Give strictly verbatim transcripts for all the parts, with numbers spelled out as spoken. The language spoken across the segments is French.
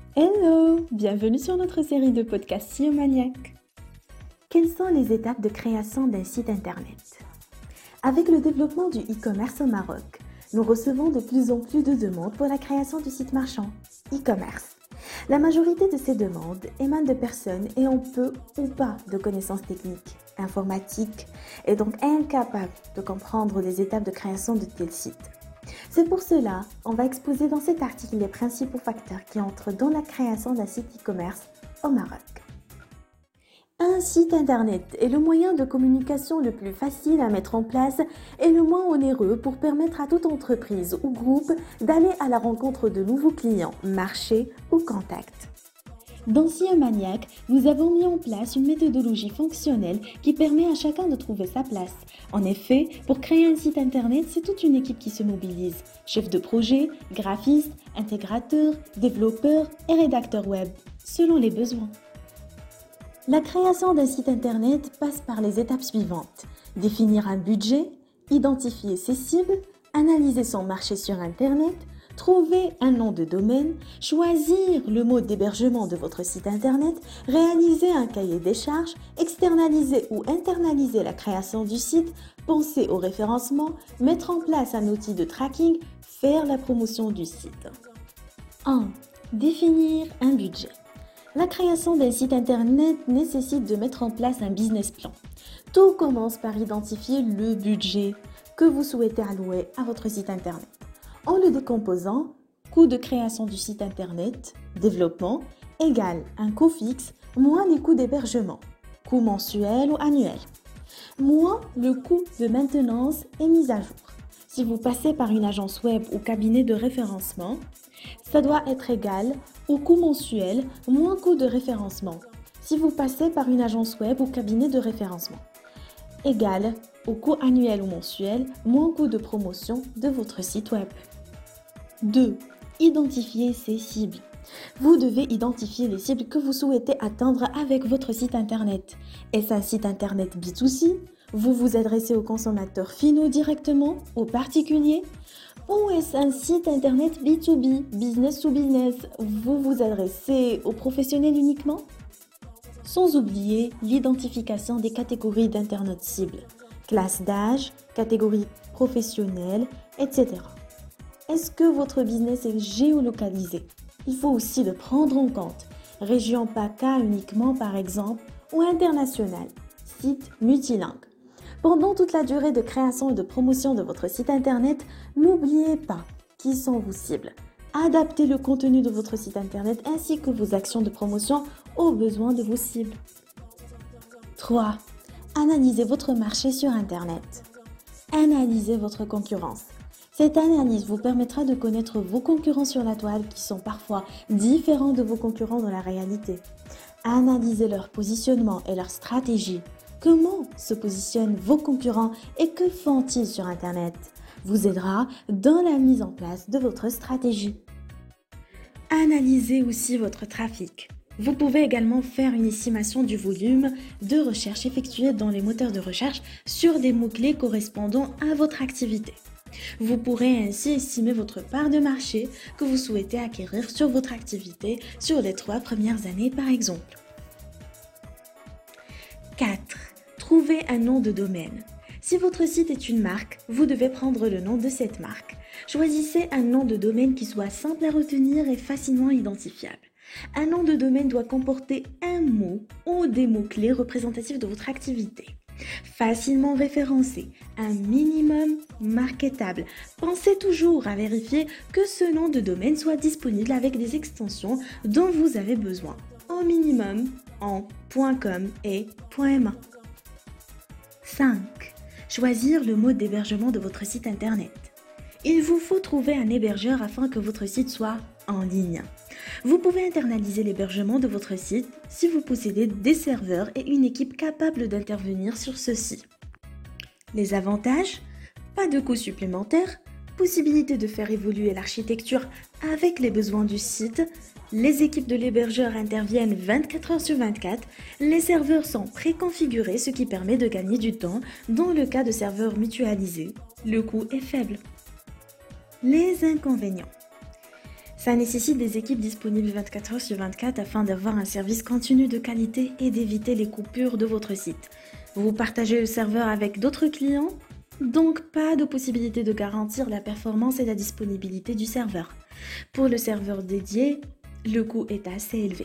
Hello, bienvenue sur notre série de podcasts S E O Maniac. Quelles sont les étapes de création d'un site internet? Avec le développement du e-commerce au Maroc, nous recevons de plus en plus de demandes pour la création de sites marchands, e-commerce. La majorité de ces demandes émanent de personnes ayant peu ou pas de connaissances techniques, informatiques, et donc incapables de comprendre les étapes de création de tels sites. C'est pour cela, on va exposer dans cet article les principaux facteurs qui entrent dans la création d'un site e-commerce au Maroc. Un site internet est le moyen de communication le plus facile à mettre en place et le moins onéreux pour permettre à toute entreprise ou groupe d'aller à la rencontre de nouveaux clients, marchés ou contacts. Dans S E O Maniac, nous avons mis en place une méthodologie fonctionnelle qui permet à chacun de trouver sa place. En effet, pour créer un site internet, c'est toute une équipe qui se mobilise. Chef de projet, graphiste, intégrateur, développeur et rédacteur web, selon les besoins. La création d'un site internet passe par les étapes suivantes. Définir un budget, identifier ses cibles, analyser son marché sur internet, trouver un nom de domaine, choisir le mode d'hébergement de votre site internet, réaliser un cahier des charges, externaliser ou internaliser la création du site, penser au référencement, mettre en place un outil de tracking, faire la promotion du site. un. Définir un budget. La création d'un site internet nécessite de mettre en place un business plan. Tout commence par identifier le budget que vous souhaitez allouer à votre site internet. En le décomposant, coût de création du site internet, développement, égale un coût fixe, moins les coûts d'hébergement, coût mensuel ou annuel, moins le coût de maintenance et mise à jour. Si vous passez par une agence web ou cabinet de référencement, ça doit être égal au coût mensuel moins coût de référencement. Si vous passez par une agence web ou cabinet de référencement, égal au coût annuel ou mensuel moins coût de promotion de votre site web. deux. Identifier ses cibles. Vous devez identifier les cibles que vous souhaitez atteindre avec votre site internet. Est-ce un site internet B deux C? Vous vous adressez aux consommateurs finaux directement, aux particuliers? Ou est-ce un site internet B deux B, business to business? Vous vous adressez aux professionnels uniquement? Sans oublier l'identification des catégories d'internet cibles, classe d'âge, catégorie professionnelle, et cetera. Est-ce que votre business est géolocalisé? Il faut aussi le prendre en compte. Région PACA uniquement par exemple, ou international, site multilingue. Pendant toute la durée de création et de promotion de votre site internet, n'oubliez pas qui sont vos cibles. Adaptez le contenu de votre site internet ainsi que vos actions de promotion aux besoins de vos cibles. trois. Analysez votre marché sur internet. Analysez votre concurrence. Cette analyse vous permettra de connaître vos concurrents sur la toile qui sont parfois différents de vos concurrents dans la réalité. Analysez leur positionnement et leur stratégie. Comment se positionnent vos concurrents et que font-ils sur internet vous aidera dans la mise en place de votre stratégie. Analysez aussi votre trafic. Vous pouvez également faire une estimation du volume de recherche effectué dans les moteurs de recherche sur des mots-clés correspondant à votre activité. Vous pourrez ainsi estimer votre part de marché que vous souhaitez acquérir sur votre activité sur les trois premières années par exemple. quatre. Trouvez un nom de domaine. Si votre site est une marque, vous devez prendre le nom de cette marque. Choisissez un nom de domaine qui soit simple à retenir et facilement identifiable. Un nom de domaine doit comporter un mot ou des mots-clés représentatifs de votre activité. Facilement référencé, un minimum marketable. Pensez toujours à vérifier que ce nom de domaine soit disponible avec des extensions dont vous avez besoin, au minimum en .com et .ma. cinq. Choisir le mode d'hébergement de votre site internet. Il vous faut trouver un hébergeur afin que votre site soit en ligne. Vous pouvez internaliser l'hébergement de votre site si vous possédez des serveurs et une équipe capable d'intervenir sur ceux-ci. Les avantages? Pas de coûts supplémentaires, possibilité de faire évoluer l'architecture avec les besoins du site, les équipes de l'hébergeur interviennent vingt-quatre heures sur vingt-quatre, les serveurs sont préconfigurés, ce qui permet de gagner du temps dans le cas de serveurs mutualisés. Le coût est faible. Les inconvénients. Ça nécessite des équipes disponibles vingt-quatre heures sur vingt-quatre afin d'avoir un service continu de qualité et d'éviter les coupures de votre site. Vous partagez le serveur avec d'autres clients, donc pas de possibilité de garantir la performance et la disponibilité du serveur. Pour le serveur dédié, le coût est assez élevé.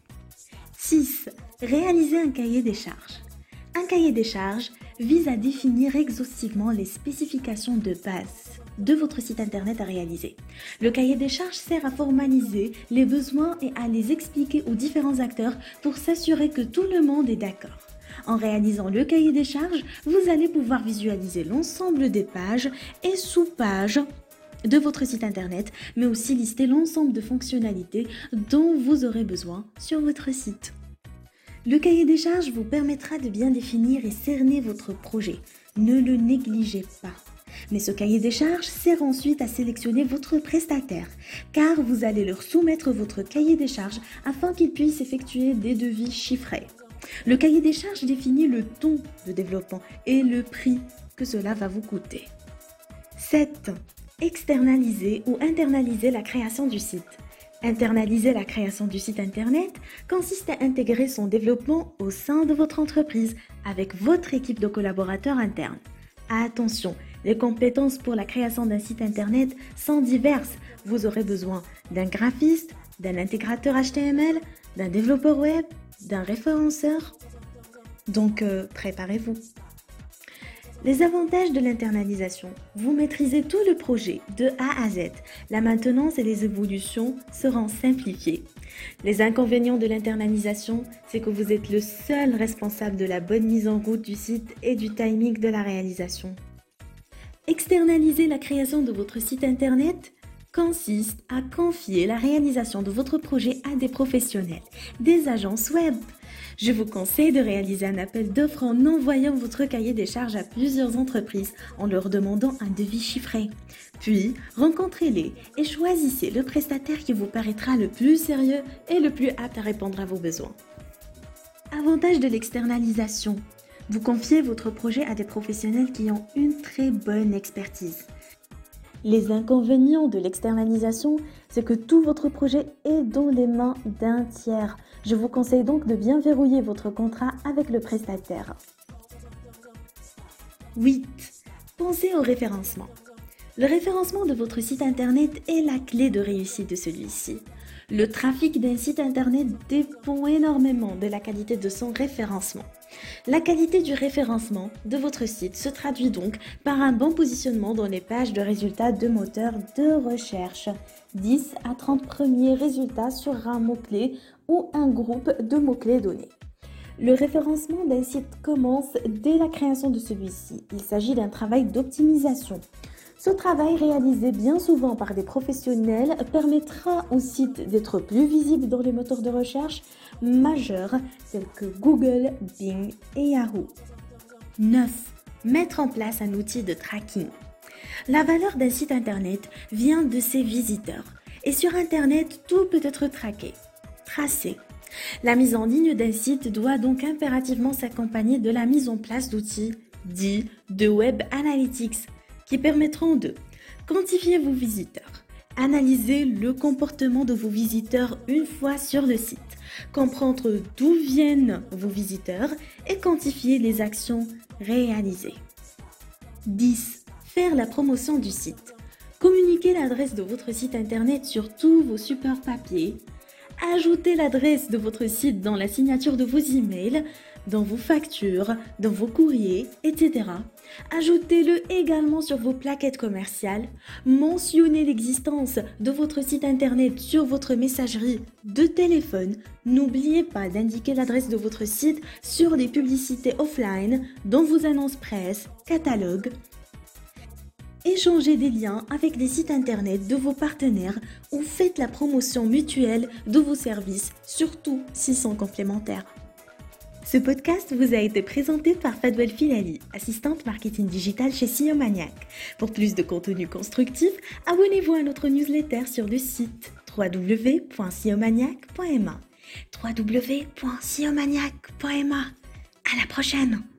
six. Réaliser un cahier des charges. Un cahier des charges vise à définir exhaustivement les spécifications de base de votre site internet à réaliser. Le cahier des charges sert à formaliser les besoins et à les expliquer aux différents acteurs pour s'assurer que tout le monde est d'accord. En réalisant le cahier des charges, vous allez pouvoir visualiser l'ensemble des pages et sous-pages de votre site internet, mais aussi lister l'ensemble de fonctionnalités dont vous aurez besoin sur votre site. Le cahier des charges vous permettra de bien définir et cerner votre projet. Ne le négligez pas. Mais ce cahier des charges sert ensuite à sélectionner votre prestataire, car vous allez leur soumettre votre cahier des charges afin qu'ils puissent effectuer des devis chiffrés. Le cahier des charges définit le ton de développement et le prix que cela va vous coûter. sept. Externaliser ou internaliser la création du site. Internaliser la création du site internet consiste à intégrer son développement au sein de votre entreprise avec votre équipe de collaborateurs internes. Attention, les compétences pour la création d'un site internet sont diverses. Vous aurez besoin d'un graphiste, d'un intégrateur H T M L, d'un développeur web, d'un référenceur. Donc, euh, préparez-vous. Les avantages de l'internalisation. Vous maîtrisez tout le projet de A à Z. La maintenance et les évolutions seront simplifiées. Les inconvénients de l'internalisation, c'est que vous êtes le seul responsable de la bonne mise en route du site et du timing de la réalisation. Externaliser la création de votre site internet consiste à confier la réalisation de votre projet à des professionnels, des agences web. Je vous conseille de réaliser un appel d'offres en envoyant votre cahier des charges à plusieurs entreprises en leur demandant un devis chiffré. Puis, rencontrez-les et choisissez le prestataire qui vous paraîtra le plus sérieux et le plus apte à répondre à vos besoins. Avantage de l'externalisation. Vous confiez votre projet à des professionnels qui ont une très bonne expertise. Les inconvénients de l'externalisation, c'est que tout votre projet est dans les mains d'un tiers. Je vous conseille donc de bien verrouiller votre contrat avec le prestataire. huit. Pensez au référencement. Le référencement de votre site internet est la clé de réussite de celui-ci. Le trafic d'un site internet dépend énormément de la qualité de son référencement. La qualité du référencement de votre site se traduit donc par un bon positionnement dans les pages de résultats de moteurs de recherche. dix à trente premiers résultats sur un mot-clé ou un groupe de mots-clés donnés. Le référencement d'un site commence dès la création de celui-ci. Il s'agit d'un travail d'optimisation. Ce travail, réalisé bien souvent par des professionnels, permettra au site d'être plus visible dans les moteurs de recherche majeurs tels que Google, Bing et Yahoo. neuf. Mettre en place un outil de tracking. La valeur d'un site internet vient de ses visiteurs. Et sur internet, tout peut être traqué, tracé. La mise en ligne d'un site doit donc impérativement s'accompagner de la mise en place d'outils dits de Web Analytics, qui permettront de quantifier vos visiteurs, analyser le comportement de vos visiteurs une fois sur le site, comprendre d'où viennent vos visiteurs et quantifier les actions réalisées. dix. Faire la promotion du site. Communiquez l'adresse de votre site internet sur tous vos supports papier. Ajoutez l'adresse de votre site dans la signature de vos emails, dans vos factures, dans vos courriers, et cetera. Ajoutez-le également sur vos plaquettes commerciales. Mentionnez l'existence de votre site internet sur votre messagerie de téléphone. N'oubliez pas d'indiquer l'adresse de votre site sur les publicités offline, dans vos annonces presse, catalogues. Échangez des liens avec des sites internet de vos partenaires ou faites la promotion mutuelle de vos services, surtout s'ils sont complémentaires. Ce podcast vous a été présenté par Fadwel Filali, assistante marketing digital chez S E O Maniac. Pour plus de contenu constructif, abonnez-vous à notre newsletter sur le site w w w point s e o maniac point m a. w w w point s e o maniac point m a. À la prochaine!